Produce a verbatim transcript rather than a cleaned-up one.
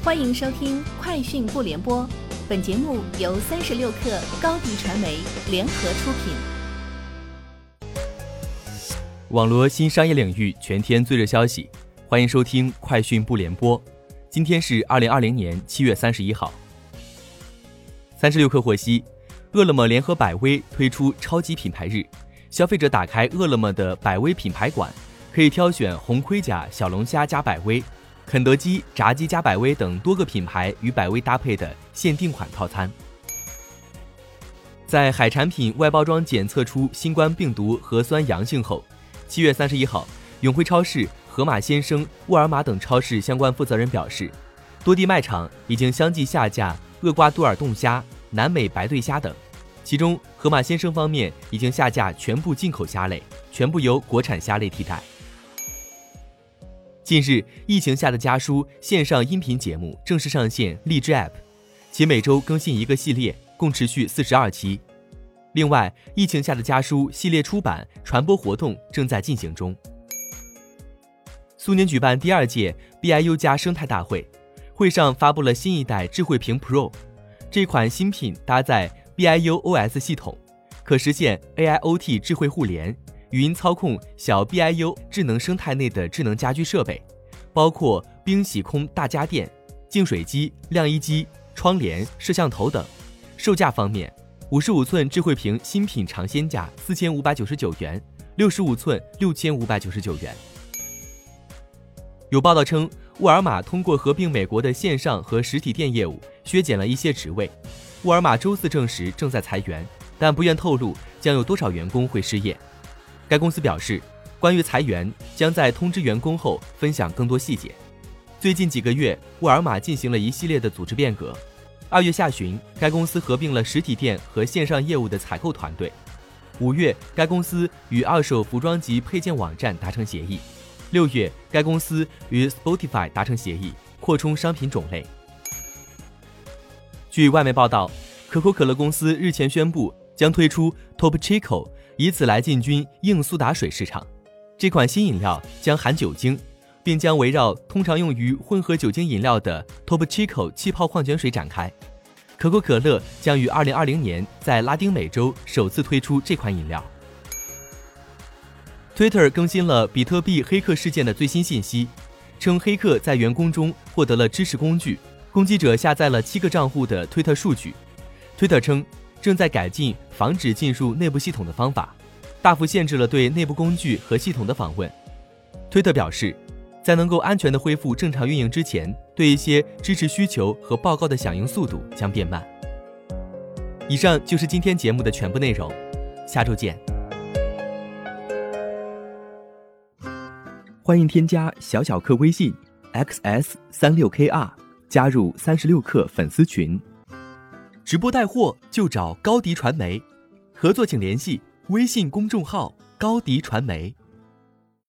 欢迎收听快讯不联播，本节目由三十六克高低传媒联合出品。 网罗新商业领域全天最热消息，欢迎收听快讯不联播。今天是二零二零年七月三十一号。三十六克获悉，饿了么联合百威推出超级品牌日，消费者打开饿了么的百威品牌馆，可以挑选红盔甲小龙虾加百威、肯德基炸鸡加百威等多个品牌与百威搭配的限定款套餐。在海产品外包装检测出新冠病毒核酸阳性后，七月三十一号，永辉超市、盒马鲜生、沃尔玛等超市相关负责人表示，多地卖场已经相继下架厄瓜多尔冻虾、南美白对虾等，其中盒马鲜生方面已经下架全部进口虾类，全部由国产虾类替代。近日，疫情下的家书线上音频节目正式上线荔枝 App， 其每周更新一个系列，共持续四十二期。另外，疫情下的家书系列出版传播活动正在进行中。苏宁举办第二届 B I U 加生态大会，会上发布了新一代智慧屏 Pro， 这款新品搭载 B I U O S 系统，可实现 A I O T 智慧互联，语音操控小 B I U 智能生态内的智能家居设备，包括冰洗空大家电、净水机、晾衣机、窗帘、摄像头等。售价方面，五十五寸智慧屏新品尝鲜价四千五百九十九元，六十五寸六千五百九十九元。有报道称，沃尔玛通过合并美国的线上和实体店业务，削减了一些职位。沃尔玛周四证实正在裁员，但不愿透露将有多少员工会失业。该公司表示，关于裁员将在通知员工后分享更多细节。最近几个月，沃尔玛进行了一系列的组织变革。二月下旬，该公司合并了实体店和线上业务的采购团队。五月，该公司与二手服装及配件网站达成协议。六月，该公司与 Spotify 达成协议，扩充商品种类。据外媒报道，可口可乐公司日前宣布将推出 Topo Chico， 以此来进军硬苏打水市场。这款新饮料将含酒精，并将围绕通常用于混合酒精饮料的 Topo Chico 气泡矿泉水展开。可口可乐将于二零二零年在拉丁美洲首次推出这款饮料。Twitter 更新了比特币黑客事件的最新信息，称黑客在员工中获得了支持工具，攻击者下载了七个账户的推特数据。Twitter 称正在改进防止进入内部系统的方法，大幅限制了对内部工具和系统的访问。推特表示，在能够安全地恢复正常运营之前，对一些支持需求和报告的响应速度将变慢。以上就是今天节目的全部内容，下周见。 欢迎添加小小客微信 X S 三六 K R， 加入三十六课粉丝群。 直播带货就找高迪传媒，合作请联系微信公众号高迪传媒。